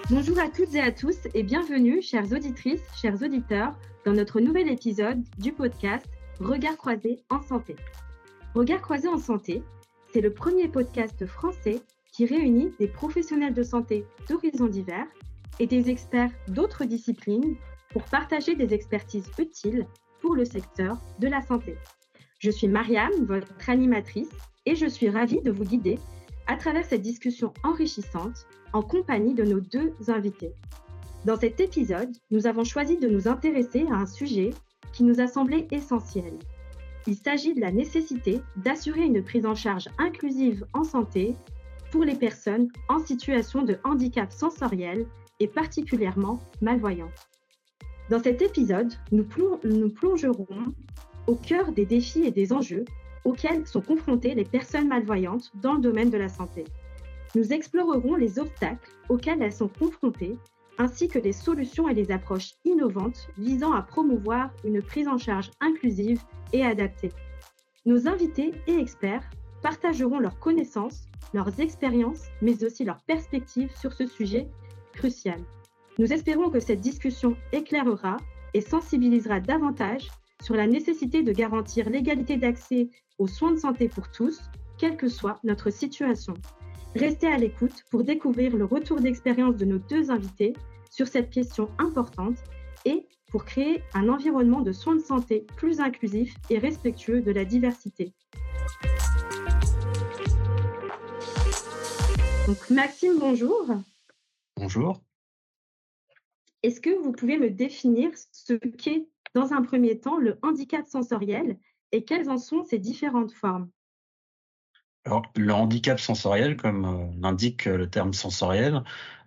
Bonjour à toutes et à tous et bienvenue, chères auditrices, chers auditeurs, dans notre nouvel épisode du podcast Regards croisés en santé. Regards croisés en santé, c'est le premier podcast français qui réunit des professionnels de santé d'horizons divers et des experts d'autres disciplines pour partager des expertises utiles pour le secteur de la santé. Je suis Mariam, votre animatrice, et je suis ravie de vous guider à travers cette discussion enrichissante en compagnie de nos deux invités. Dans cet épisode, nous avons choisi de nous intéresser à un sujet qui nous a semblé essentiel. Il s'agit de la nécessité d'assurer une prise en charge inclusive en santé pour les personnes en situation de handicap sensoriel et particulièrement malvoyantes. Dans cet épisode, nous plongerons au cœur des défis et des enjeux auxquels sont confrontées les personnes malvoyantes dans le domaine de la santé. Nous explorerons les obstacles auxquels elles sont confrontées, ainsi que les solutions et les approches innovantes visant à promouvoir une prise en charge inclusive et adaptée. Nos invités et experts partageront leurs connaissances, leurs expériences, mais aussi leurs perspectives sur ce sujet crucial. Nous espérons que cette discussion éclairera et sensibilisera davantage sur la nécessité de garantir l'égalité d'accès aux soins de santé pour tous, quelle que soit notre situation. Restez à l'écoute pour découvrir le retour d'expérience de nos deux invités sur cette question importante et pour créer un environnement de soins de santé plus inclusif et respectueux de la diversité. Donc Maxime, bonjour. Bonjour. Est-ce que vous pouvez me définir ce qu'est, dans un premier temps, le handicap sensoriel et quelles en sont ses différentes formes ? Alors, le handicap sensoriel, comme l'indique le terme sensoriel,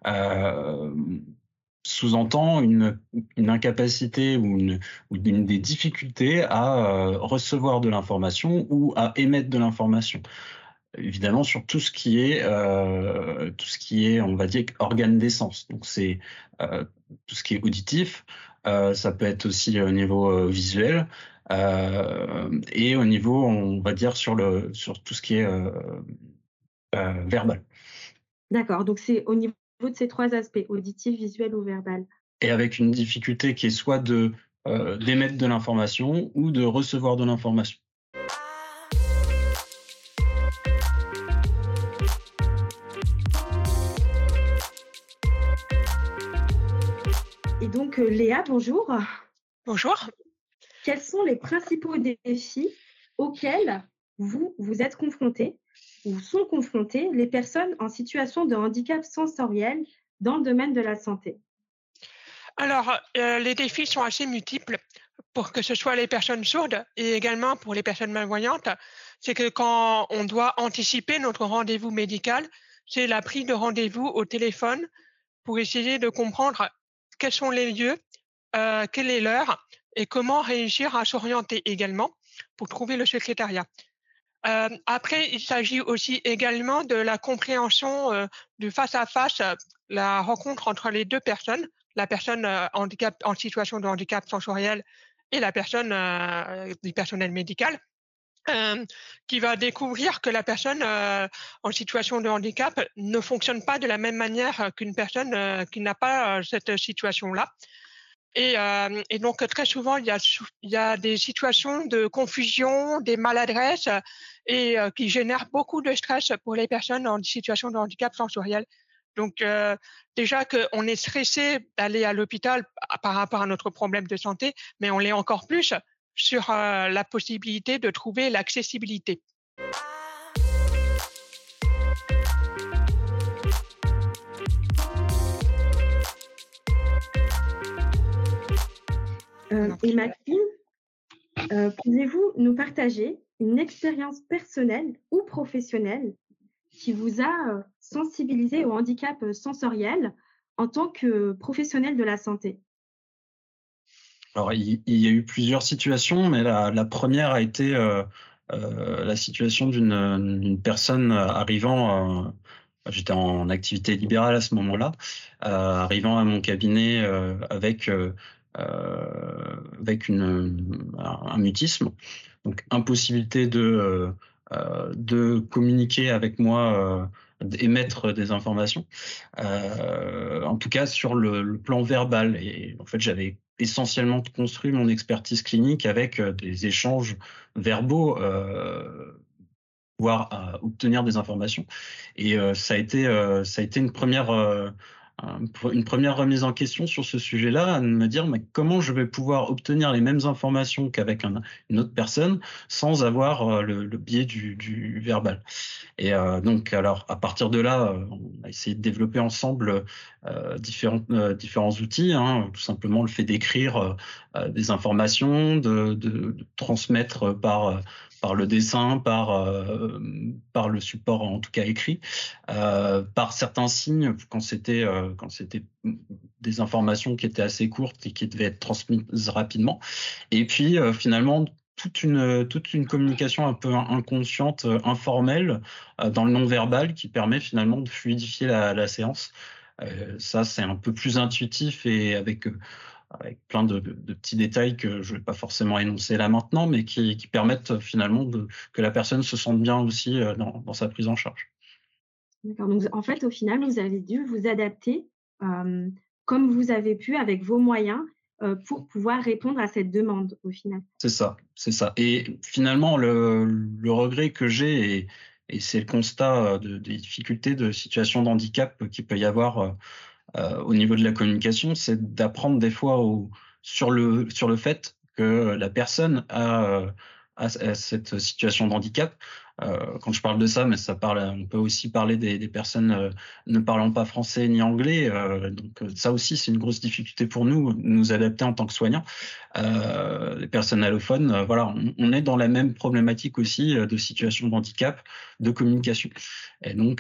sous-entend une incapacité ou des difficultés à recevoir de l'information ou à émettre de l'information. Évidemment, sur tout ce qui est, on va dire, organe des sens. Donc, c'est tout ce qui est auditif. Ça peut être aussi au niveau visuel et au niveau, on va dire, sur tout ce qui est verbal. D'accord, donc c'est au niveau de ces trois aspects, auditif, visuel ou verbal. Et avec une difficulté qui est soit d'émettre de l'information ou de recevoir de l'information. Et donc, Léa, bonjour. Bonjour. Quels sont les principaux défis auxquels vous êtes confrontés ou sont confrontées les personnes en situation de handicap sensoriel dans le domaine de la santé ? Alors, les défis sont assez multiples pour que ce soit les personnes sourdes et également pour les personnes malvoyantes. C'est que quand on doit anticiper notre rendez-vous médical, c'est la prise de rendez-vous au téléphone pour essayer de comprendre quels sont les lieux, quelle est l'heure et comment réussir à s'orienter également pour trouver le secrétariat. Après, il s'agit aussi également de la compréhension du face-à-face, la rencontre entre les deux personnes, la personne en situation de handicap sensoriel et la personne du personnel médical, qui va découvrir que la personne en situation de handicap ne fonctionne pas de la même manière qu'une personne qui n'a pas cette situation-là. Et donc, très souvent, il y a des situations de confusion, des maladresses et qui génèrent beaucoup de stress pour les personnes en situation de handicap sensoriel. Donc, déjà qu'on est stressé d'aller à l'hôpital par rapport à notre problème de santé, mais on l'est encore plus sur la possibilité de trouver l'accessibilité. Et Maxime, pouvez-vous nous partager une expérience personnelle ou professionnelle qui vous a sensibilisé au handicap sensoriel en tant que professionnel de la santé ? Alors, il y a eu plusieurs situations, mais la première a été la situation d'une personne arrivant, j'étais en activité libérale à ce moment-là, arrivant à mon cabinet avec un mutisme, donc impossibilité de communiquer avec moi d'émettre des informations, en tout cas sur le plan verbal. Et en fait, j'avais essentiellement construit mon expertise clinique avec des échanges verbaux, voire à obtenir des informations. Et ça a été une première remise en question sur ce sujet-là, de me dire: «Mais comment je vais pouvoir obtenir les mêmes informations qu'avec une autre personne sans avoir, le biais du verbal?» Et donc alors à partir de là, on a essayé de développer ensemble, différents outils, hein. Tout simplement le fait d'écrire, des informations, de transmettre par le dessin, par le support en tout cas écrit, par certains signes quand c'était des informations qui étaient assez courtes et qui devaient être transmises rapidement. Et puis, finalement toute une communication un peu inconsciente, informelle, dans le non-verbal qui permet finalement de fluidifier la séance. Ça, c'est un peu plus intuitif et avec plein de petits détails que je vais pas forcément énoncer là maintenant, mais qui permettent finalement que la personne se sente bien aussi, dans sa prise en charge. D'accord, donc en fait, au final, vous avez dû vous adapter, hem, comme vous avez pu avec vos moyens, pour pouvoir répondre à cette demande, au final. C'est ça, c'est ça. Et finalement, le regret que j'ai et c'est le constat, des difficultés de situation de handicap qu'il peut y avoir, au niveau de la communication, c'est d'apprendre des fois sur le fait que la personne a cette situation de handicap. Quand je parle de ça, mais on peut aussi parler des personnes ne parlant pas français ni anglais. Donc ça aussi, c'est une grosse difficulté pour nous adapter en tant que soignants. Les personnes allophones, voilà, on est dans la même problématique aussi de situation de handicap, de communication. Et donc,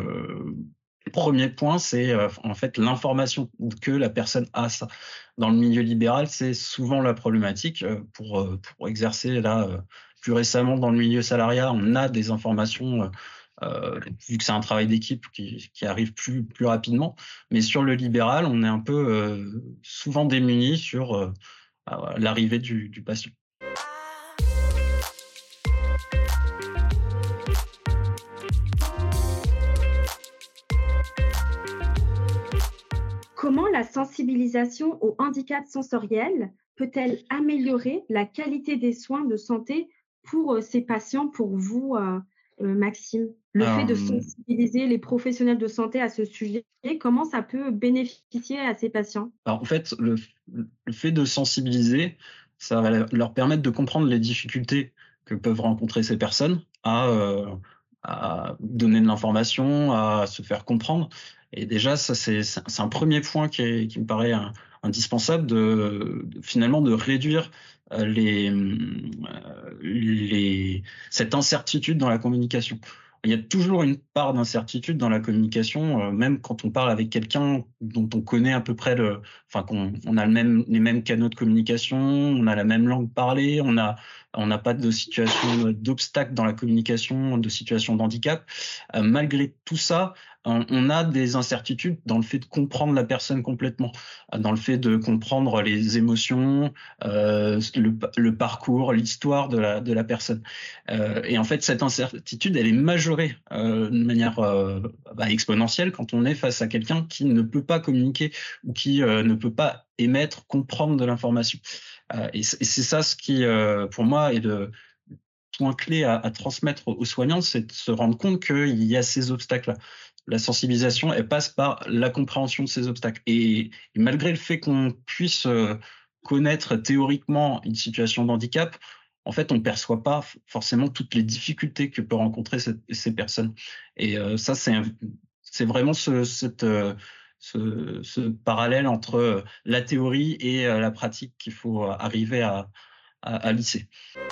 premier point, c'est en fait l'information que la personne a. Ça, dans le milieu libéral, c'est souvent la problématique. Pour exercer là, plus récemment dans le milieu salariat, on a des informations, vu que c'est un travail d'équipe qui arrive plus rapidement. Mais sur le libéral, on est un peu souvent démunis sur l'arrivée du patient. Comment la sensibilisation au handicap sensoriel peut-elle améliorer la qualité des soins de santé pour, ces patients, pour vous, Maxime? Le fait de Hem sensibiliser les professionnels de santé à ce sujet, comment ça peut bénéficier à ces patients? Alors en fait, le fait de sensibiliser, ça va leur permettre de comprendre les difficultés que peuvent rencontrer ces personnes à donner de l'information, à se faire comprendre. Et déjà ça c'est un premier point qui me paraît indispensable finalement de réduire, cette incertitude dans la communication. Il y a toujours une part d'incertitude dans la communication, même quand on parle avec quelqu'un dont on connaît à peu près on a les mêmes canaux de communication, on a la même langue parlée, on n'a pas de situation d'obstacle dans la communication, de situation de handicap. Malgré tout ça, on a des incertitudes dans le fait de comprendre la personne complètement, dans le fait de comprendre les émotions, le parcours, l'histoire de la personne. Et en fait, cette incertitude, elle est majorée de manière exponentielle quand on est face à quelqu'un qui ne peut pas communiquer ou qui ne peut pas émettre, comprendre de l'information. Et c'est ça ce qui, pour moi, est le point clé à transmettre aux soignants, c'est de se rendre compte qu'il y a ces obstacles-là. La sensibilisation, elle passe par la compréhension de ces obstacles. Et malgré le fait qu'on puisse connaître théoriquement une situation de handicap, en fait, on ne perçoit pas forcément toutes les difficultés que peuvent rencontrer ces personnes. Et ça, c'est vraiment ce parallèle entre la théorie et la pratique qu'il faut arriver à lisser.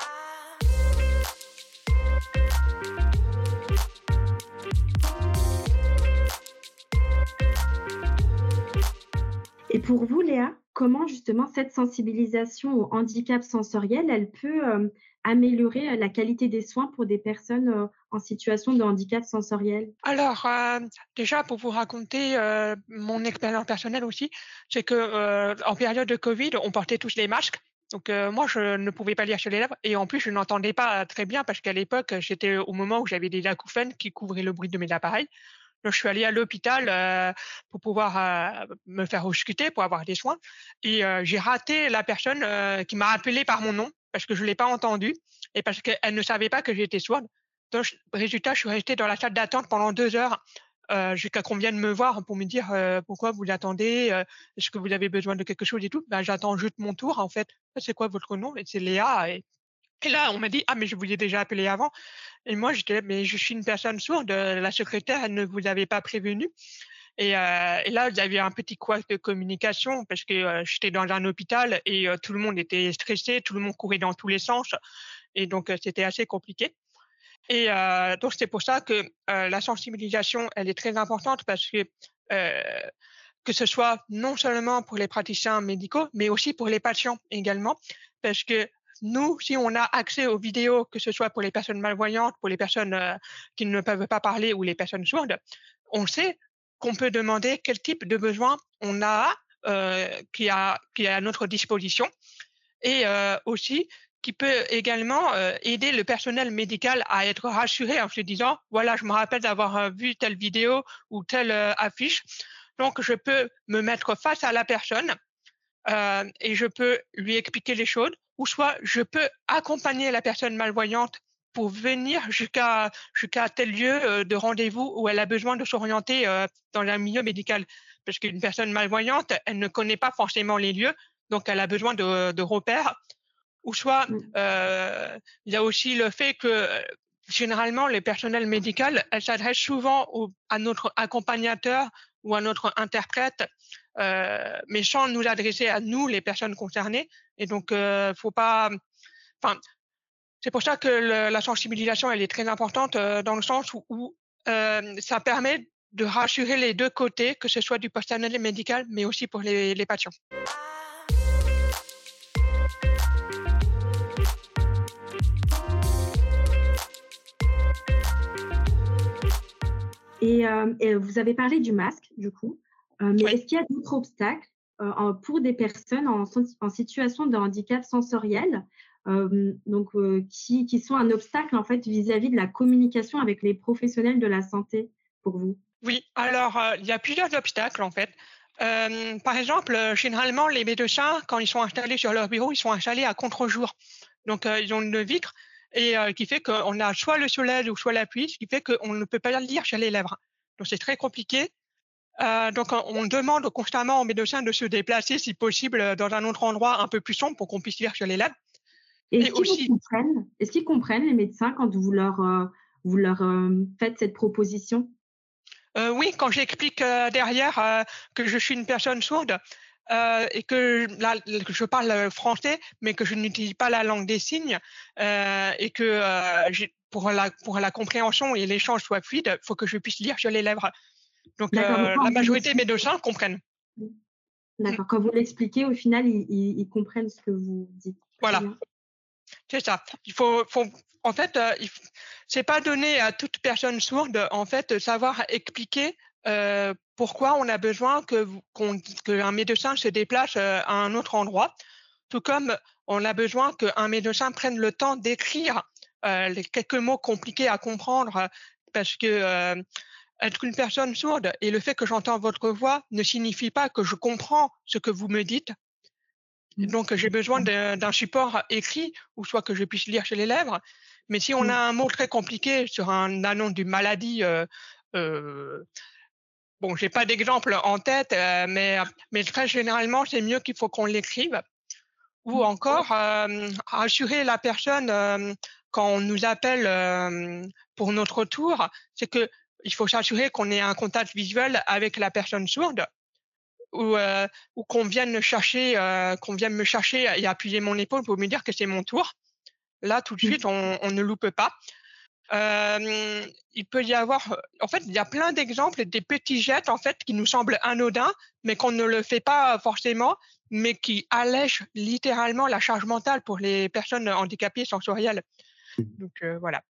Et pour vous, Léa, comment justement cette sensibilisation au handicap sensoriel, elle peut, améliorer, la qualité des soins pour des personnes, en situation de handicap sensoriel? Alors, déjà pour vous raconter, mon expérience personnelle aussi, c'est que, en période de covid, on portait tous les masques. Donc, moi je ne pouvais pas lire sur les lèvres et en plus je n'entendais pas très bien parce qu'à l'époque, j'étais au moment où j'avais des acouphènes qui couvraient le bruit de mes appareils. Donc, je suis allée à l'hôpital pour pouvoir me faire ausculter, pour avoir des soins. Et j'ai raté la personne qui m'a appelée par mon nom parce que je ne l'ai pas entendue et parce qu'elle ne savait pas que j'étais sourde. Donc, résultat, je suis restée dans la salle d'attente pendant 2 heures jusqu'à qu'on vienne me voir pour me dire pourquoi vous l'attendez, est-ce que vous avez besoin de quelque chose et tout. Ben, j'attends juste mon tour, en fait. C'est quoi votre nom? Et c'est Léa. Et là, on m'a dit: «Ah, mais je vous ai déjà appelé avant». Et moi, j'étais là: «Mais je suis une personne sourde, la secrétaire, elle ne vous avait pas prévenu». Et là, il y avait un petit couac de communication parce que j'étais dans un hôpital et tout le monde était stressé, tout le monde courait dans tous les sens et donc c'était assez compliqué. Et donc c'est pour ça que la sensibilisation, elle est très importante parce que ce soit non seulement pour les praticiens médicaux, mais aussi pour les patients également. Parce que nous, si on a accès aux vidéos, que ce soit pour les personnes malvoyantes, pour les personnes qui ne peuvent pas parler ou les personnes sourdes, on sait qu'on peut demander quel type de besoin on a, qui est à notre disposition et aussi qui peut également aider le personnel médical à être rassuré en se disant: «Voilà, je me rappelle d'avoir vu telle vidéo ou telle affiche, donc je peux me mettre face à la personne et je peux lui expliquer les choses ou soit je peux accompagner la personne malvoyante pour venir jusqu'à tel lieu de rendez-vous où elle a besoin de s'orienter dans un milieu médical». Parce qu'une personne malvoyante, elle ne connaît pas forcément les lieux, donc elle a besoin de repères. Ou soit Mmh. il y a aussi le fait que généralement les personnels médicaux, elles s'adressent souvent à notre accompagnateur ou à notre interprète, mais sans nous adresser à nous, les personnes concernées. Et donc, faut pas. Enfin, c'est pour ça que la sensibilisation, elle est très importante dans le sens où ça permet de rassurer les deux côtés, que ce soit du personnel médical, mais aussi pour les patients. Et vous avez parlé du masque, du coup, mais Oui. est-ce qu'il y a d'autres obstacles pour des personnes en situation de handicap sensoriel, qui sont un obstacle en fait vis-à-vis de la communication avec les professionnels de la santé pour vous? Oui, alors, il y a plusieurs obstacles, en fait. Par exemple, généralement, les médecins, quand ils sont installés sur leur bureau, ils sont installés à contre-jour. Donc, ils ont une vitre et qui fait qu'on a soit le soleil ou soit la pluie, ce qui fait qu'on ne peut pas lire sur les lèvres. Donc, c'est très compliqué. Donc, on demande constamment aux médecins de se déplacer, si possible, dans un autre endroit un peu plus sombre pour qu'on puisse lire sur les lèvres. Et Est-ce qu'ils vous aussi comprennent? Est-ce qu'ils comprennent les médecins quand vous leur faites cette proposition? Oui, quand j'explique, derrière, que je suis une personne sourde, et que je parle français, mais que je n'utilise pas la langue des signes, et que, j'ai pour la compréhension et l'échange soit fluide, il faut que je puisse lire sur les lèvres. Donc, D'accord, donc quand la vous majorité des l'expliquez médecins comprennent. Mmh, d'accord, quand vous l'expliquez, au final, ils comprennent ce que vous dites. Très voilà. bien. C'est ça. Il faut en fait, c'est pas donné à toute personne sourde, en fait, de savoir expliquer, pourquoi on a besoin qu'un médecin se déplace, à un autre endroit. Tout comme on a besoin qu'un médecin prenne le temps d'écrire, les quelques mots compliqués à comprendre, parce que, être une personne sourde et le fait que j'entends votre voix ne signifie pas que je comprends ce que vous me dites. Mmh. Donc, j'ai besoin d'un support écrit ou soit que je puisse lire sur les lèvres. Mais si on a Mmh. un mot très compliqué sur un annonce d'une maladie, heu, bon, j'ai pas d'exemple en tête, mais très généralement, c'est mieux qu'il faut qu'on l'écrive ou Mmh. encore, rassurer la personne, quand on nous appelle, pour notre tour, c'est qu'il faut s'assurer qu'on ait un contact visuel avec la personne sourde ou, qu'on vienne me chercher et appuyer mon épaule pour me dire que c'est mon tour. Là, tout de Mmh. suite, on ne loupe pas. Il peut y avoir, en fait, il y a plein d'exemples, des petits gestes, en fait, qui nous semblent anodins, mais qu'on ne le fait pas forcément, mais qui allègent littéralement la charge mentale pour les personnes handicapées sensorielles. Donc, voilà.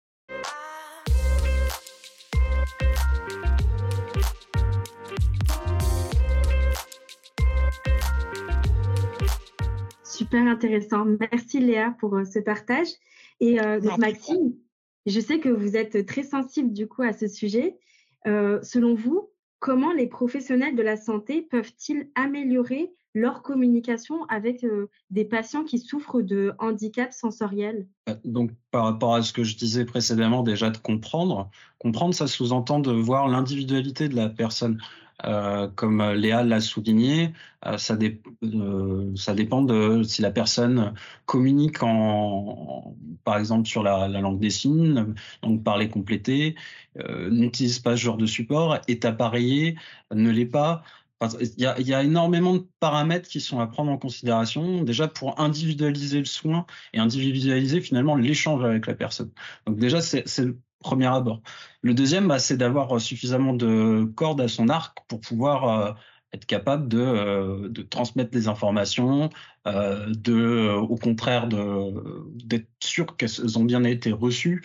Super intéressant. Merci Léa pour ce partage. Et Je vous donc en prie. Maxime, je sais que vous êtes très sensible du coup à ce sujet. Selon vous, comment les professionnels de la santé peuvent-ils améliorer leur communication avec, des patients qui souffrent de handicap sensoriel? Donc par rapport à ce que je disais précédemment, déjà de comprendre. Comprendre, ça sous-entend de voir l'individualité de la personne. Comme Léa l'a souligné, ça dépend de si la personne communique par exemple sur la langue des signes, donc parler complété, n'utilise pas ce genre de support, est appareillé, ne l'est pas. Enfin, il y a énormément de paramètres qui sont à prendre en considération, déjà pour individualiser le soin et individualiser finalement l'échange avec la personne. Donc déjà, c'est le premier abord. Le deuxième, c'est d'avoir suffisamment de cordes à son arc pour pouvoir être capable de transmettre des informations, au contraire d'être sûr qu'elles ont bien été reçues.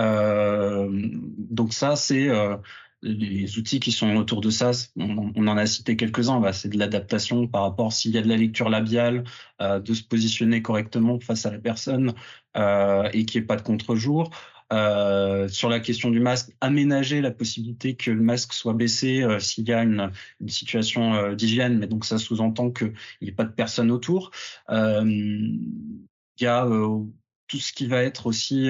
Donc ça, c'est les outils qui sont autour de ça. On en a cité quelques-uns. C'est de l'adaptation par rapport s'il y a de la lecture labiale, de se positionner correctement face à la personne et qu'il n'y ait pas de contre-jour. Sur la question du masque, aménager la possibilité que le masque soit baissé s'il y a une situation d'hygiène, mais donc ça sous-entend qu'il n'y ait pas de personne autour. Il y a tout ce qui va être aussi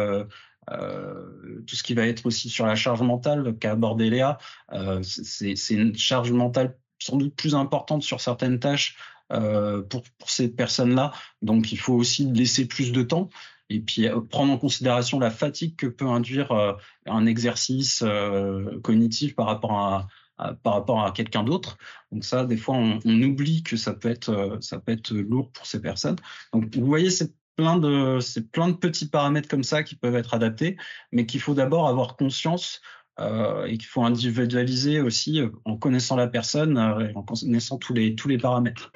sur la charge mentale qu'a abordé Léa. C'est une charge mentale sans doute plus importante sur certaines tâches pour ces personnes-là. Donc il faut aussi laisser plus de temps. Et puis prendre en considération la fatigue que peut induire un exercice cognitif par rapport à quelqu'un d'autre. Donc ça, des fois, on oublie que ça peut être lourd pour ces personnes. Donc vous voyez, c'est plein de petits paramètres comme ça qui peuvent être adaptés, mais qu'il faut d'abord avoir conscience et qu'il faut individualiser aussi en connaissant la personne et en connaissant tous les paramètres.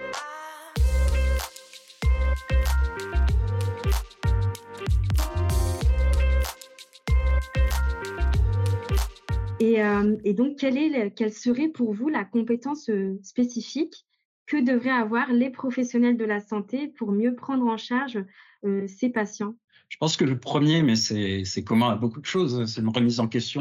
Et donc, quelle serait pour vous la compétence spécifique que devraient avoir les professionnels de la santé pour mieux prendre en charge ces patients? Je pense que le premier, mais c'est commun à beaucoup de choses, c'est une remise en question.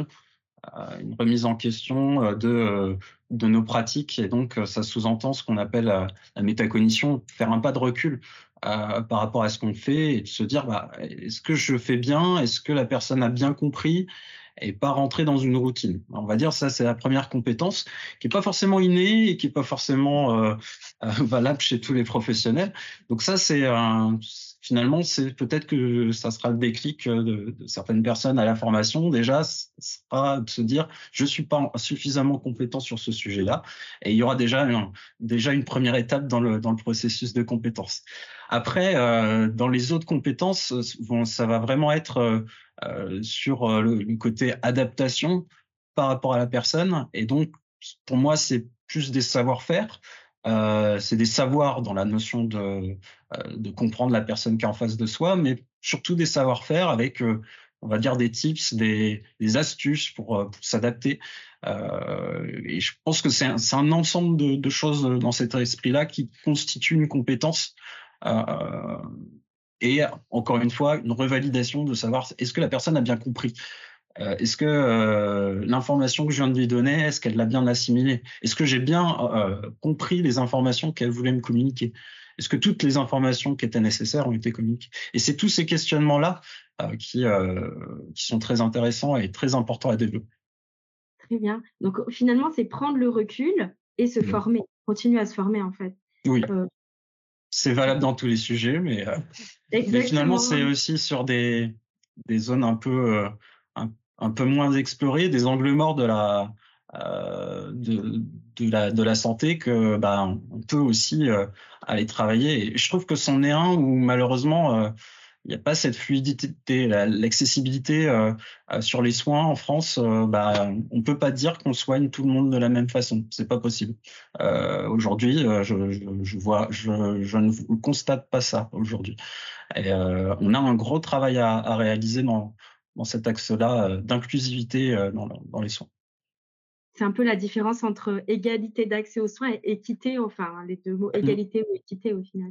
De nos pratiques, et donc ça sous-entend ce qu'on appelle la métacognition, faire un pas de recul par rapport à ce qu'on fait et de se dire est-ce que je fais bien, est-ce que la personne a bien compris, et pas rentrer dans une routine. On va dire ça, c'est la première compétence qui est pas forcément innée et qui est pas forcément valable chez tous les professionnels. Donc ça, finalement, c'est peut-être que ça sera le déclic de certaines personnes à la formation. Déjà, ce sera de se dire, je suis pas suffisamment compétent sur ce sujet-là. Et il y aura déjà une première étape dans le processus de compétence. Après, dans les autres compétences, ça va vraiment être sur le côté adaptation par rapport à la personne. Et donc, pour moi, c'est plus des savoir-faire. C'est des savoirs dans la notion de comprendre la personne qui est en face de soi, mais surtout des savoir-faire avec, on va dire, des tips, des astuces pour s'adapter. Et je pense que c'est un ensemble de choses dans cet esprit-là qui constitue une compétence. Et encore une fois, une revalidation de savoir est-ce que la personne a bien compris. Est-ce que l'information que je viens de lui donner, est-ce qu'elle l'a bien assimilée? Est-ce que j'ai bien compris les informations qu'elle voulait me communiquer? Est-ce que toutes les informations qui étaient nécessaires ont été communiquées? Et c'est tous ces questionnements-là qui sont très intéressants et très importants à développer. Très bien. Donc finalement, c'est prendre le recul et se former, continuer à se former en fait. Oui. C'est valable dans tous les sujets, mais finalement, c'est aussi sur des zones un peu moins explorées, des angles morts de la santé que on peut aussi aller travailler. Et je trouve que c'en est un où malheureusement il n'y a pas cette fluidité, l'accessibilité sur les soins en France. On peut pas dire qu'on soigne tout le monde de la même façon. C'est pas possible. Aujourd'hui, je ne constate pas ça aujourd'hui. Et on a un gros travail à réaliser dans cet axe-là d'inclusivité dans les soins. C'est un peu la différence entre égalité d'accès aux soins et équité, enfin les deux mots, égalité ou équité au final.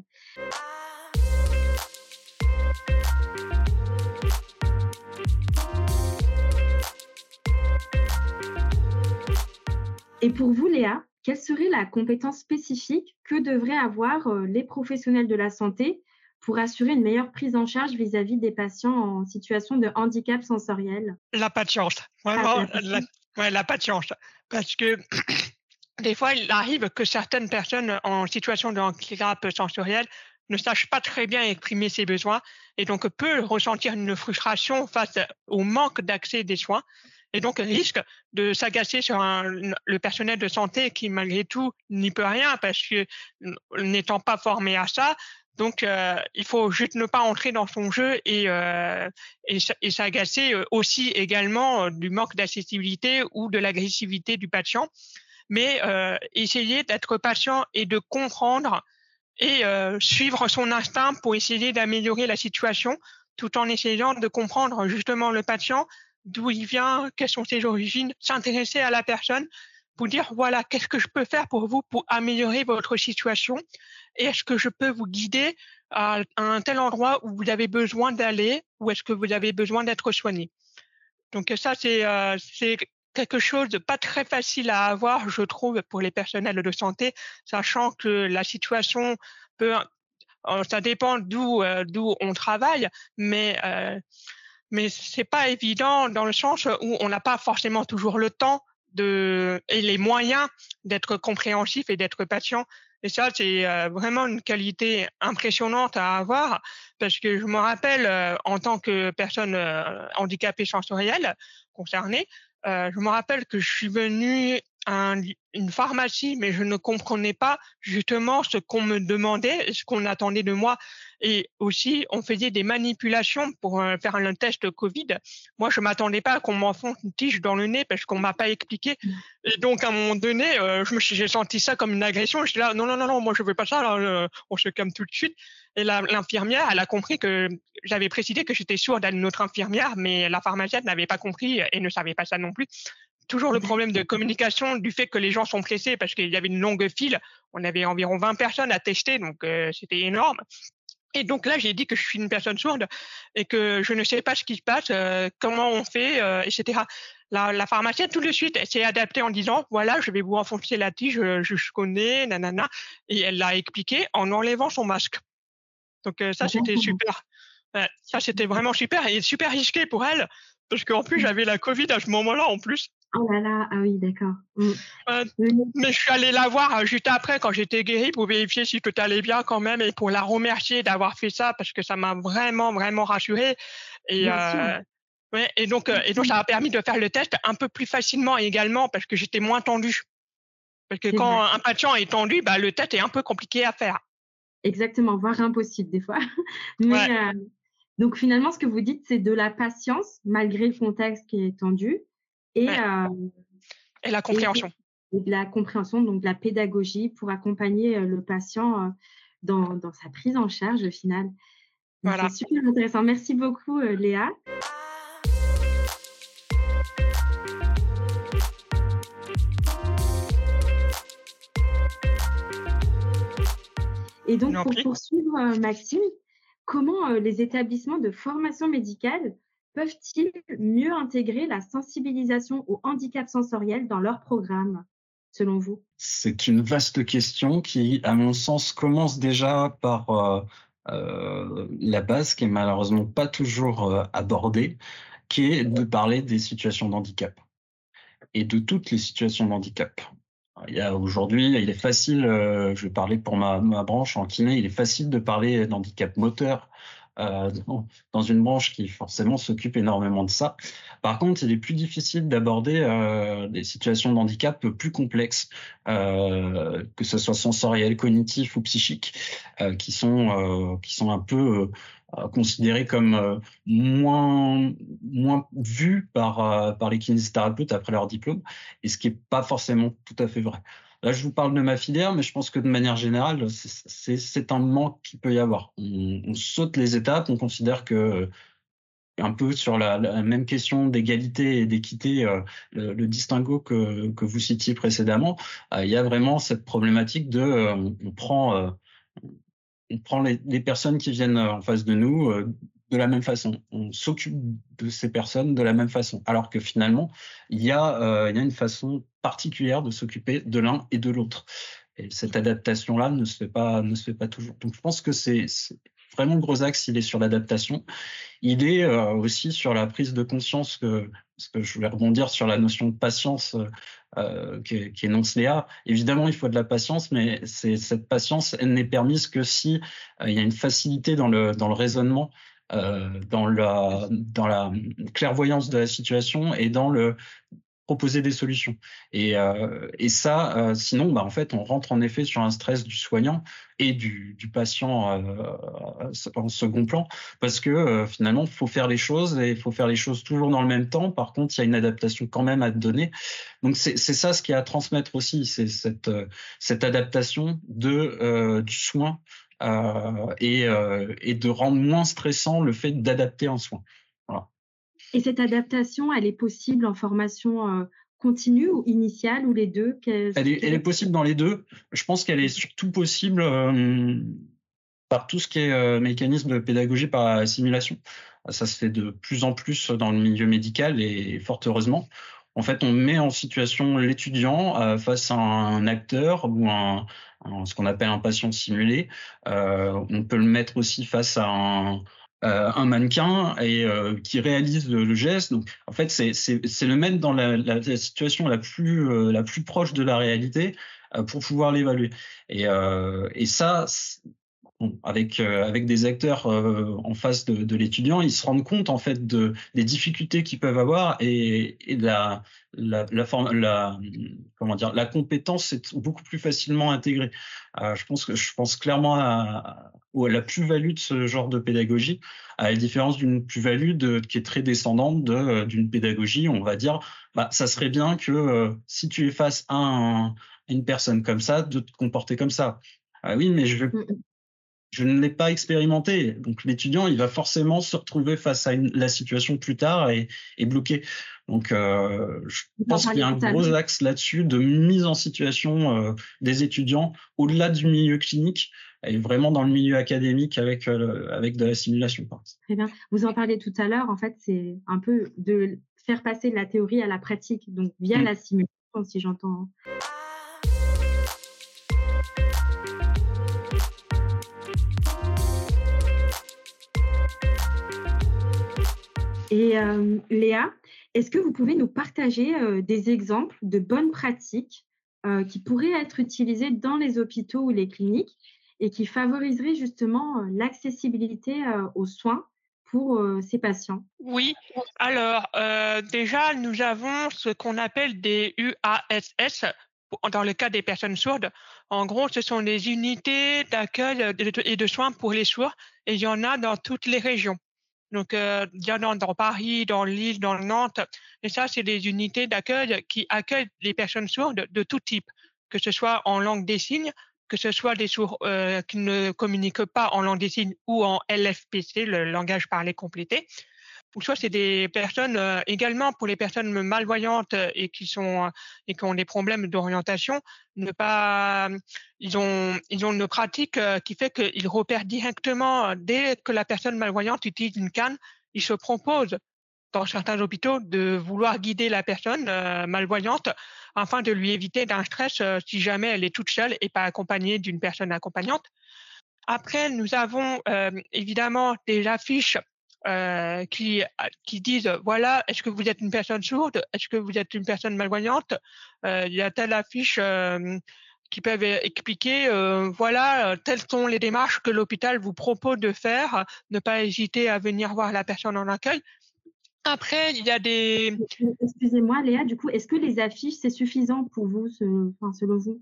Et pour vous, Léa, quelle serait la compétence spécifique que devraient avoir les professionnels de la santé pour assurer une meilleure prise en charge vis-à-vis des patients en situation de handicap sensoriel? La patience, Ah, vraiment, la patience. la patience. Parce que des fois, il arrive que certaines personnes en situation de handicap sensoriel ne sachent pas très bien exprimer ses besoins et donc peut ressentir une frustration face au manque d'accès des soins et donc risque de s'agacer sur le personnel de santé qui malgré tout n'y peut rien parce que n'étant pas formé à ça. Donc, il faut juste ne pas entrer dans son jeu et s'agacer aussi également du manque d'accessibilité ou de l'agressivité du patient, mais essayer d'être patient et de comprendre et suivre son instinct pour essayer d'améliorer la situation, tout en essayant de comprendre justement le patient, d'où il vient, quelles sont ses origines, s'intéresser à la personne pour dire voilà, qu'est-ce que je peux faire pour vous pour améliorer votre situation et est-ce que je peux vous guider à un tel endroit où vous avez besoin d'aller ou est-ce que vous avez besoin d'être soigné. Donc ça, c'est quelque chose de pas très facile à avoir, je trouve, pour les personnels de santé, sachant que la situation peut, ça dépend d'où on travaille, mais c'est pas évident dans le sens où on n'a pas forcément toujours le temps et les moyens d'être compréhensif et d'être patient. Et ça, c'est vraiment une qualité impressionnante à avoir parce que je me rappelle, en tant que personne handicapée sensorielle concernée, je me rappelle que je suis venue à une pharmacie, mais je ne comprenais pas justement ce qu'on me demandait, ce qu'on attendait de moi. Et aussi, on faisait des manipulations pour faire un test Covid. Moi, je m'attendais pas à qu'on m'enfonce une tige dans le nez parce qu'on m'a pas expliqué. Et donc, à un moment donné, j'ai senti ça comme une agression. J'étais là, non, moi, je veux pas ça. Là, on se calme tout de suite. Et l'infirmière, elle a compris que j'avais précisé que j'étais sourde à une autre infirmière, mais la pharmacienne n'avait pas compris et ne savait pas ça non plus. Toujours le problème de communication, du fait que les gens sont pressés parce qu'il y avait une longue file. On avait environ 20 personnes à tester, donc c'était énorme. Et donc là, j'ai dit que je suis une personne sourde et que je ne sais pas ce qui se passe, comment on fait, etc. La pharmacienne, tout de suite, elle s'est adaptée en disant, voilà, je vais vous enfoncer la tige, je connais, nanana. Et elle l'a expliqué en enlevant son masque. Donc ça, c'était super. Ouais, ça, c'était vraiment super et super risqué pour elle parce qu'en plus, j'avais la Covid à ce moment-là en plus. Oh là là, ah oui, d'accord. Mais je suis allée la voir juste après quand j'étais guérie pour vérifier si tout allait bien quand même et pour la remercier d'avoir fait ça parce que ça m'a vraiment, vraiment rassurée. Et, ouais, et donc ça a permis de faire le test un peu plus facilement également parce que j'étais moins tendue. Parce que quand un patient est tendu, bah, le test est un peu compliqué à faire. Exactement, voire impossible des fois. Mais donc finalement, ce que vous dites, c'est de la patience malgré le contexte qui est tendu et la compréhension. Et de la compréhension, donc de la pédagogie pour accompagner le patient dans sa prise en charge au final. Voilà. C'est super intéressant. Merci beaucoup, Léa. Et donc, pour poursuivre, Maxime, comment les établissements de formation médicale peuvent-ils mieux intégrer la sensibilisation au handicap sensoriel dans leur programme, selon vous? C'est une vaste question qui, à mon sens, commence déjà par la base qui est malheureusement pas toujours abordée, qui est de parler des situations d'handicap et de toutes les situations d'handicap. Aujourd'hui, il est facile, je vais parler pour ma branche en kiné, il est facile de parler d'handicap moteur dans une branche qui forcément s'occupe énormément de ça. Par contre, il est plus difficile d'aborder des situations de handicap plus complexes, que ce soit sensoriel, cognitif ou psychique, qui sont un peu considérés comme moins vus par les kinésithérapeutes après leur diplôme, et ce qui est pas forcément tout à fait vrai. Là, je vous parle de ma filière, mais je pense que de manière générale, c'est un manque qu'il peut y avoir. On saute les étapes, on considère que un peu sur la même question d'égalité et d'équité, le distinguo que vous citiez précédemment, il y a vraiment cette problématique on prend les personnes qui viennent en face de nous de la même façon. On s'occupe de ces personnes de la même façon. Alors que finalement, il y a une façon particulière de s'occuper de l'un et de l'autre. Et cette adaptation-là ne se fait pas toujours. Donc je pense que c'est vraiment le gros axe, il est sur l'adaptation. Il est aussi sur la prise de conscience parce que je voulais rebondir sur la notion de patience qu'énonce Léa. Évidemment, il faut de la patience, mais cette patience, elle n'est permise que si il y a une facilité dans le raisonnement, dans la clairvoyance de la situation et dans le proposer des solutions. Et ça, sinon, en fait, on rentre en effet sur un stress du soignant et du patient en second plan, parce que finalement, il faut faire les choses et il faut faire les choses toujours dans le même temps. Par contre, il y a une adaptation quand même à donner. Donc, c'est ça ce qu'il y a à transmettre aussi, c'est cette adaptation du soin et de rendre moins stressant le fait d'adapter un soin. Voilà. Et cette adaptation, elle est possible en formation continue ou initiale ou les deux? Elle est possible dans les deux. Je pense qu'elle est surtout possible par tout ce qui est mécanisme de pédagogie par assimilation. Ça se fait de plus en plus dans le milieu médical et fort heureusement. En fait, on met en situation l'étudiant face à un acteur ou ce qu'on appelle un patient simulé. On peut le mettre aussi face à un mannequin et qui réalise le geste. Donc, en fait, c'est le mettre dans la situation la plus proche de la réalité pour pouvoir l'évaluer. Et ça, avec des acteurs en face de l'étudiant, ils se rendent compte en fait des difficultés qu'ils peuvent avoir et de la compétence est beaucoup plus facilement intégrée. Je pense clairement à la plus-value de ce genre de pédagogie, à la différence d'une plus-value qui est très descendante d'une pédagogie. On va dire, ça serait bien que si tu es face à une personne comme ça, de te comporter comme ça. Ah oui, mais je ne l'ai pas expérimenté. Donc, l'étudiant, il va forcément se retrouver face à la situation plus tard et bloqué. Donc, je pense qu'il y a un gros axe là-dessus de mise en situation des étudiants au-delà du milieu clinique et vraiment dans le milieu académique avec de la simulation. Très bien. Vous en parlez tout à l'heure. En fait, c'est un peu de faire passer de la théorie à la pratique, donc via la simulation, si j'entends. Et Léa, est-ce que vous pouvez nous partager des exemples de bonnes pratiques qui pourraient être utilisées dans les hôpitaux ou les cliniques et qui favoriseraient justement l'accessibilité aux soins pour ces patients? Oui, alors déjà, nous avons ce qu'on appelle des UASS dans le cas des personnes sourdes. En gros, ce sont des unités d'accueil et de soins pour les sourds et il y en a dans toutes les régions. Donc, il y en a dans Paris, dans Lille, dans Nantes. Et ça, c'est des unités d'accueil qui accueillent les personnes sourdes de tout type, que ce soit en langue des signes, que ce soit des sourds qui ne communiquent pas en langue des signes ou en LFPC, le langage parlé complété. Ou soit c'est des personnes également pour les personnes malvoyantes et qui ont des problèmes d'orientation, ils ont une pratique qui fait qu'ils repèrent directement dès que la personne malvoyante utilise une canne, ils se proposent dans certains hôpitaux de vouloir guider la personne malvoyante afin de lui éviter d'un stress si jamais elle est toute seule et pas accompagnée d'une personne accompagnante. Après, nous avons évidemment des affiches qui disent voilà, est-ce que vous êtes une personne sourde, est-ce que vous êtes une personne malvoyante, il y a telle affiche qui peuvent expliquer voilà, telles sont les démarches que l'hôpital vous propose de faire, ne pas hésiter à venir voir la personne en accueil. Après, il y a des... Excusez-moi Léa, du coup, est-ce que les affiches, c'est suffisant pour vous, selon vous?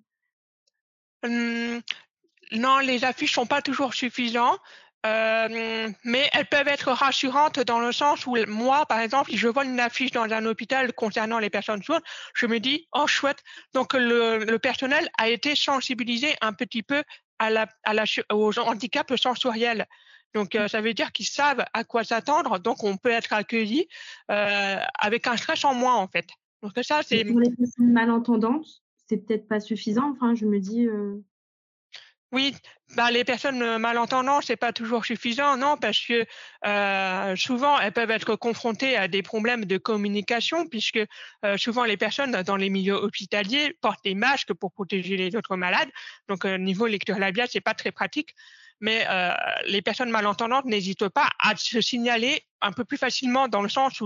Non, les affiches sont pas toujours suffisantes. Mais elles peuvent être rassurantes dans le sens où moi, par exemple, si je vois une affiche dans un hôpital concernant les personnes sourdes, je me dis « Oh, chouette !» Donc, le personnel a été sensibilisé un petit peu aux handicaps sensoriels. Donc, ça veut dire qu'ils savent à quoi s'attendre. Donc, on peut être accueilli avec un stress en moins, en fait. Donc, ça, c'est... Pour les personnes malentendantes, c'est peut-être pas suffisant. Enfin, je me dis... Oui, bah, les personnes, malentendantes, c'est pas toujours suffisant, non, parce que, souvent, elles peuvent être confrontées à des problèmes de communication puisque, souvent les personnes dans les milieux hospitaliers portent des masques pour protéger les autres malades. Donc, niveau lecture labiale, c'est pas très pratique. Mais, les personnes malentendantes n'hésitent pas à se signaler un peu plus facilement dans le sens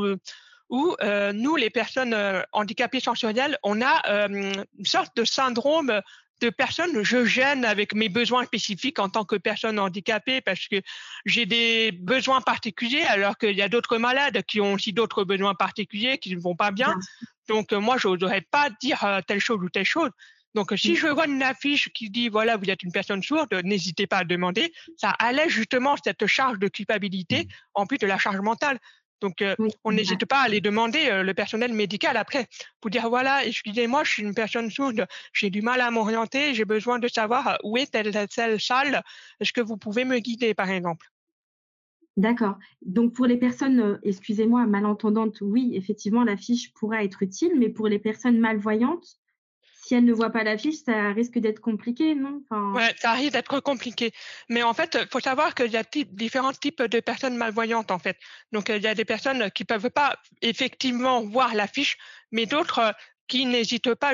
où, nous, les personnes, handicapées sensorielles, on a, une sorte de syndrome de personne, je gêne avec mes besoins spécifiques en tant que personne handicapée parce que j'ai des besoins particuliers alors qu'il y a d'autres malades qui ont aussi d'autres besoins particuliers qui ne vont pas bien. Bien sûr. Donc, moi, je n'oserais pas dire telle chose ou telle chose. Donc, si Mmh. je vois une affiche qui dit voilà, vous êtes une personne sourde, n'hésitez pas à demander. Ça allège justement cette charge de culpabilité en plus de la charge mentale. Donc, Oui, on c'est vrai. n'hésite pas à aller demander le personnel médical après pour dire voilà, excusez-moi, je suis une personne sourde, j'ai du mal à m'orienter, j'ai besoin de savoir où est telle salle. Est-ce que vous pouvez me guider, par exemple? D'accord. Donc pour les personnes, excusez-moi, malentendantes, oui, effectivement, la fiche pourra être utile, mais pour les personnes malvoyantes, si elles ne voient pas la fiche, ça risque d'être compliqué, non? Enfin, Ouais, ça arrive d'être compliqué. Mais en fait, faut savoir qu'il y a différents types de personnes malvoyantes, en fait. Donc, il y a des personnes qui peuvent pas effectivement voir l'affiche, mais d'autres qui n'hésitent pas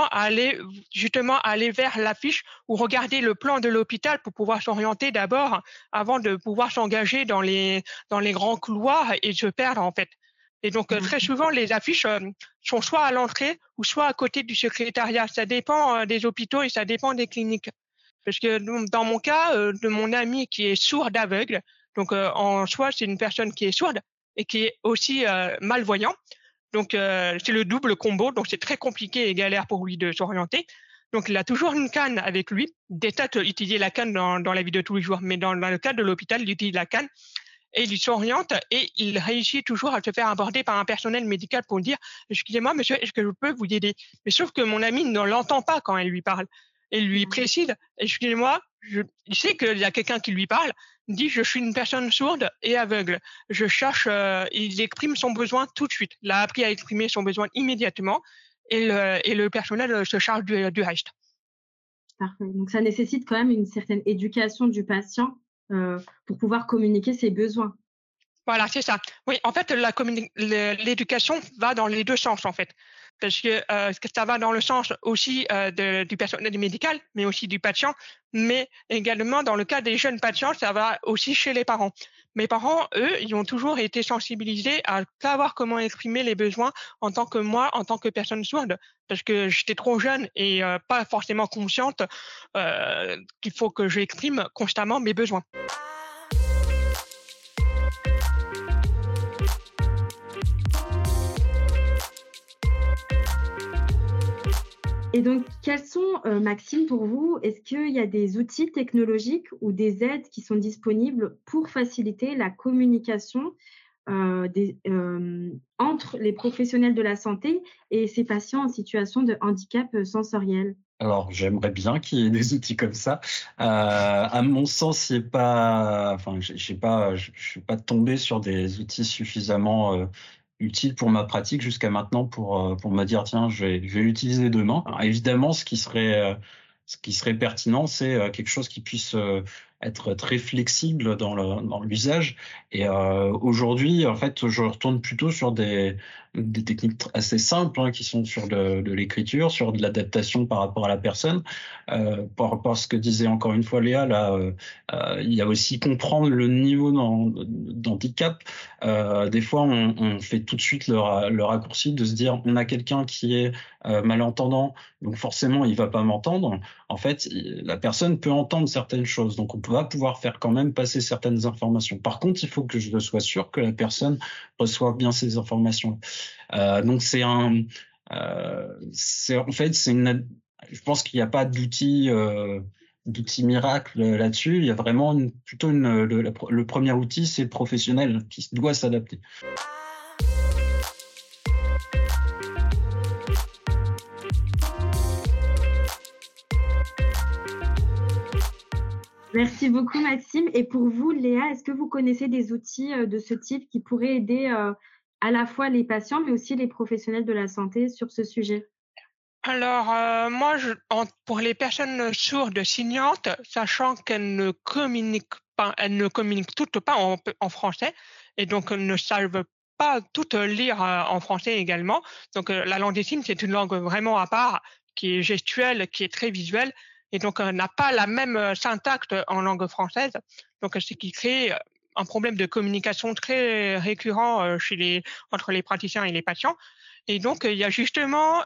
justement à aller vers l'affiche ou regarder le plan de l'hôpital pour pouvoir s'orienter d'abord avant de pouvoir s'engager dans les grands couloirs et se perdre, en fait. Et donc, très d'accord. souvent, les affiches sont soit à l'entrée ou soit à côté du secrétariat. Ça dépend des hôpitaux et ça dépend des cliniques. Parce que dans mon cas, de mon ami qui est sourd aveugle, donc en soi, c'est une personne qui est sourde et qui est aussi, malvoyant. Donc c'est le double combo, donc c'est très compliqué et galère pour lui de s'orienter. Donc il a toujours une canne avec lui. Déteste utiliser la canne dans la vie de tous les jours, mais dans le cadre de l'hôpital, il utilise la canne et il s'oriente et il réussit toujours à se faire aborder par un personnel médical pour dire: «Excusez-moi monsieur, est-ce que je peux vous aider?» Mais sauf que mon ami ne l'entend pas quand elle lui parle. Elle lui Ouais. précise: «Excusez-moi», il sait qu'il y a quelqu'un qui lui parle, il dit: «Je suis une personne sourde et aveugle. Je cherche», il exprime son besoin tout de suite. Il a appris à exprimer son besoin immédiatement et le personnel, se charge du reste. Parfait. Donc ça nécessite quand même une certaine éducation du patient, pour pouvoir communiquer ses besoins. Voilà, c'est ça. Oui, en fait, l'éducation va dans les 2 sens, en fait. Parce que ça va dans le sens aussi, du personnel médical, mais aussi du patient, mais également dans le cas des jeunes patients, ça va aussi chez les parents. Mes parents, eux, ils ont toujours été sensibilisés à savoir comment exprimer les besoins en tant que moi, en tant que personne sourde, parce que j'étais trop jeune et pas forcément consciente, qu'il faut que j'exprime constamment mes besoins. Et donc quels sont, Maxime, pour vous, est-ce qu'il y a des outils technologiques ou des aides qui sont disponibles pour faciliter la communication, entre les professionnels de la santé et ces patients en situation de handicap, sensoriel? Alors, j'aimerais bien qu'il y ait des outils comme ça. À mon sens, c'est pas, enfin, j'ai pas, je suis pas tombé sur des outils suffisamment utiles pour ma pratique jusqu'à maintenant pour me dire tiens, je vais l'utiliser demain. Alors, évidemment, ce qui serait pertinent, c'est quelque chose qui puisse être très flexible dans l'usage. Et aujourd'hui, en fait, je retourne plutôt sur des techniques assez simples qui sont sur de l'écriture, sur de l'adaptation par rapport à la personne. Par rapport à ce que disait encore une fois Léa, là, il y a aussi comprendre le niveau d'handicap. Des fois, on fait tout de suite le raccourci de se dire on a quelqu'un qui est malentendant, donc forcément il va pas m'entendre. En fait, la personne peut entendre certaines choses, donc on va pouvoir faire quand même passer certaines informations. Par contre, il faut que je sois sûr que la personne reçoive bien ces informations. Donc c'est en fait c'est une. Je pense qu'il n'y a pas d'outil miracle là-dessus. Il y a vraiment plutôt le premier outil, c'est le professionnel qui doit s'adapter. Merci beaucoup Maxime, et pour vous Léa, est-ce que vous connaissez des outils, de ce type qui pourraient aider, à la fois les patients, mais aussi les professionnels de la santé sur ce sujet? Alors, moi, pour les personnes sourdes signantes, sachant qu'elles ne communiquent toutes pas en français et donc ne savent pas toutes lire en français également. Donc, la langue des signes, c'est une langue vraiment à part, qui est gestuelle, qui est très visuelle et donc n'a pas la même syntaxe en langue française. Donc, ce qui crée un problème de communication très récurrent entre les praticiens et les patients. Et donc, il y a justement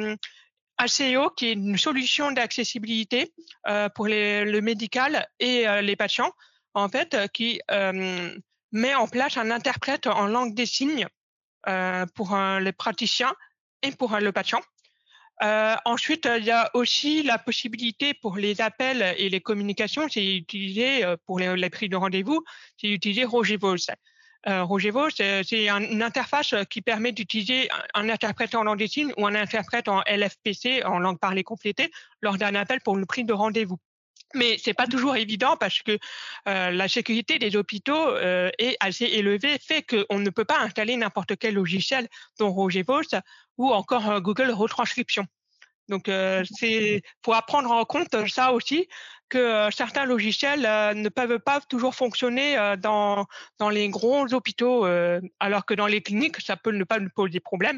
ACO, qui est une solution d'accessibilité pour le médical et les patients, en fait, qui met en place un interprète en langue des signes pour les praticiens et pour le patient. Ensuite, il y a aussi la possibilité pour les appels et les communications, c'est utiliser pour les prises de rendez-vous, c'est utiliser Rogevos. Rogevos, c'est une interface qui permet d'utiliser un interprète en langue des signes ou un interprète en LFPC, en langue parlée complétée, lors d'un appel pour une prise de rendez-vous. Mais c'est pas toujours évident parce que la sécurité des hôpitaux est assez élevée, fait qu'on ne peut pas installer n'importe quel logiciel, dont Rogevos ou encore Google Retranscription. Donc, faut prendre en compte ça aussi, que certains logiciels ne peuvent pas toujours fonctionner dans les gros hôpitaux, alors que dans les cliniques, ça peut ne pas nous poser problème.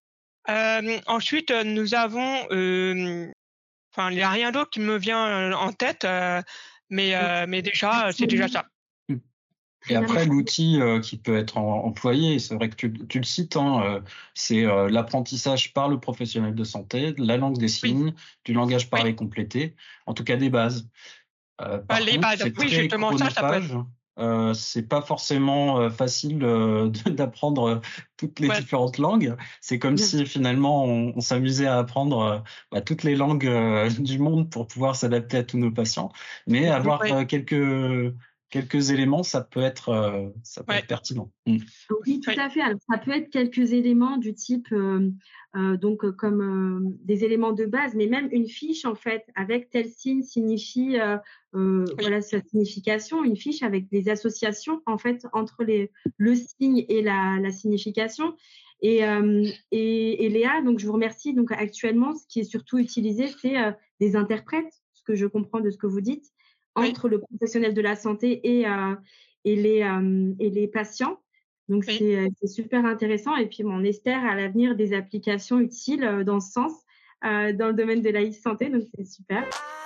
Ensuite, nous avons, il n'y a rien d'autre qui me vient en tête, mais déjà, c'est déjà ça. Et après, l'outil qui peut être employé, c'est vrai que tu le cites, c'est l'apprentissage par le professionnel de santé, de la langue des signes, du langage parlé complété, en tout cas des bases. Les bases, c'est très justement, ça peut être... c'est pas forcément facile d'apprendre toutes les différentes langues. C'est comme si finalement on s'amusait à apprendre toutes les langues du monde pour pouvoir s'adapter à tous nos patients. Mais avoir quelques éléments, ça peut être pertinent. Oui, tout à fait. Alors, ça peut être quelques éléments du type, comme des éléments de base, mais même une fiche, en fait, avec tel signe signifie, voilà sa signification, une fiche avec des associations, en fait, entre le signe et la signification. Et Léa, donc je vous remercie. Donc actuellement, ce qui est surtout utilisé, c'est des interprètes, ce que je comprends de ce que vous dites, entre le professionnel de la santé et les patients. Donc, c'est super intéressant. Et puis, on espère à l'avenir des applications utiles dans ce sens, dans le domaine de la e-santé. Donc, c'est super.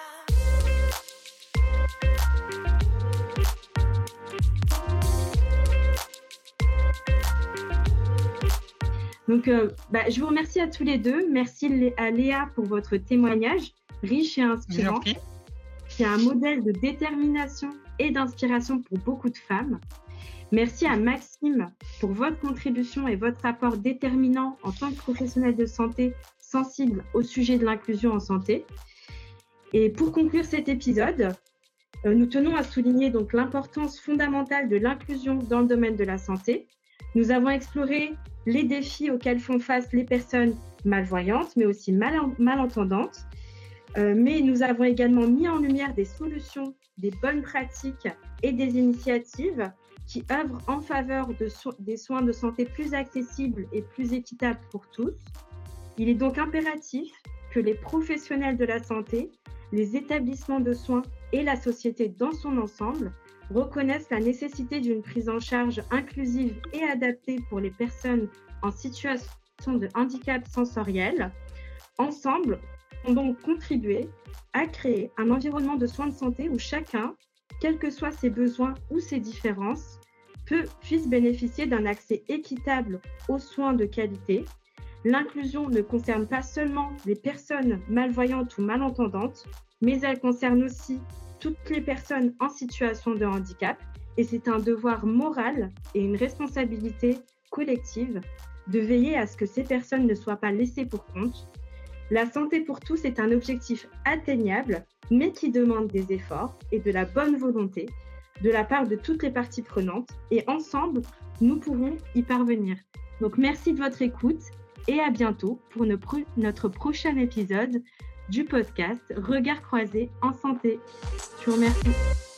Donc, je vous remercie à tous les deux. Merci à Léa pour votre témoignage riche et inspirant. C'est un modèle de détermination et d'inspiration pour beaucoup de femmes. Merci à Maxime pour votre contribution et votre apport déterminant en tant que professionnel de santé sensible au sujet de l'inclusion en santé. Et pour conclure cet épisode, nous tenons à souligner donc l'importance fondamentale de l'inclusion dans le domaine de la santé. Nous avons exploré les défis auxquels font face les personnes malvoyantes, mais aussi malentendantes. Mais nous avons également mis en lumière des solutions, des bonnes pratiques et des initiatives qui œuvrent en faveur des soins de santé plus accessibles et plus équitables pour tous. Il est donc impératif que les professionnels de la santé, les établissements de soins et la société dans son ensemble reconnaissent la nécessité d'une prise en charge inclusive et adaptée pour les personnes en situation de handicap sensoriel. Ensemble, ont donc contribué à créer un environnement de soins de santé où chacun, quels que soient ses besoins ou ses différences, puisse bénéficier d'un accès équitable aux soins de qualité. L'inclusion ne concerne pas seulement les personnes malvoyantes ou malentendantes, mais elle concerne aussi toutes les personnes en situation de handicap. Et c'est un devoir moral et une responsabilité collective de veiller à ce que ces personnes ne soient pas laissées pour compte. La santé pour tous est un objectif atteignable, mais qui demande des efforts et de la bonne volonté de la part de toutes les parties prenantes. Et ensemble, nous pourrons y parvenir. Donc, merci de votre écoute et à bientôt pour notre prochain épisode du podcast Regard croisé en santé. Je vous remercie.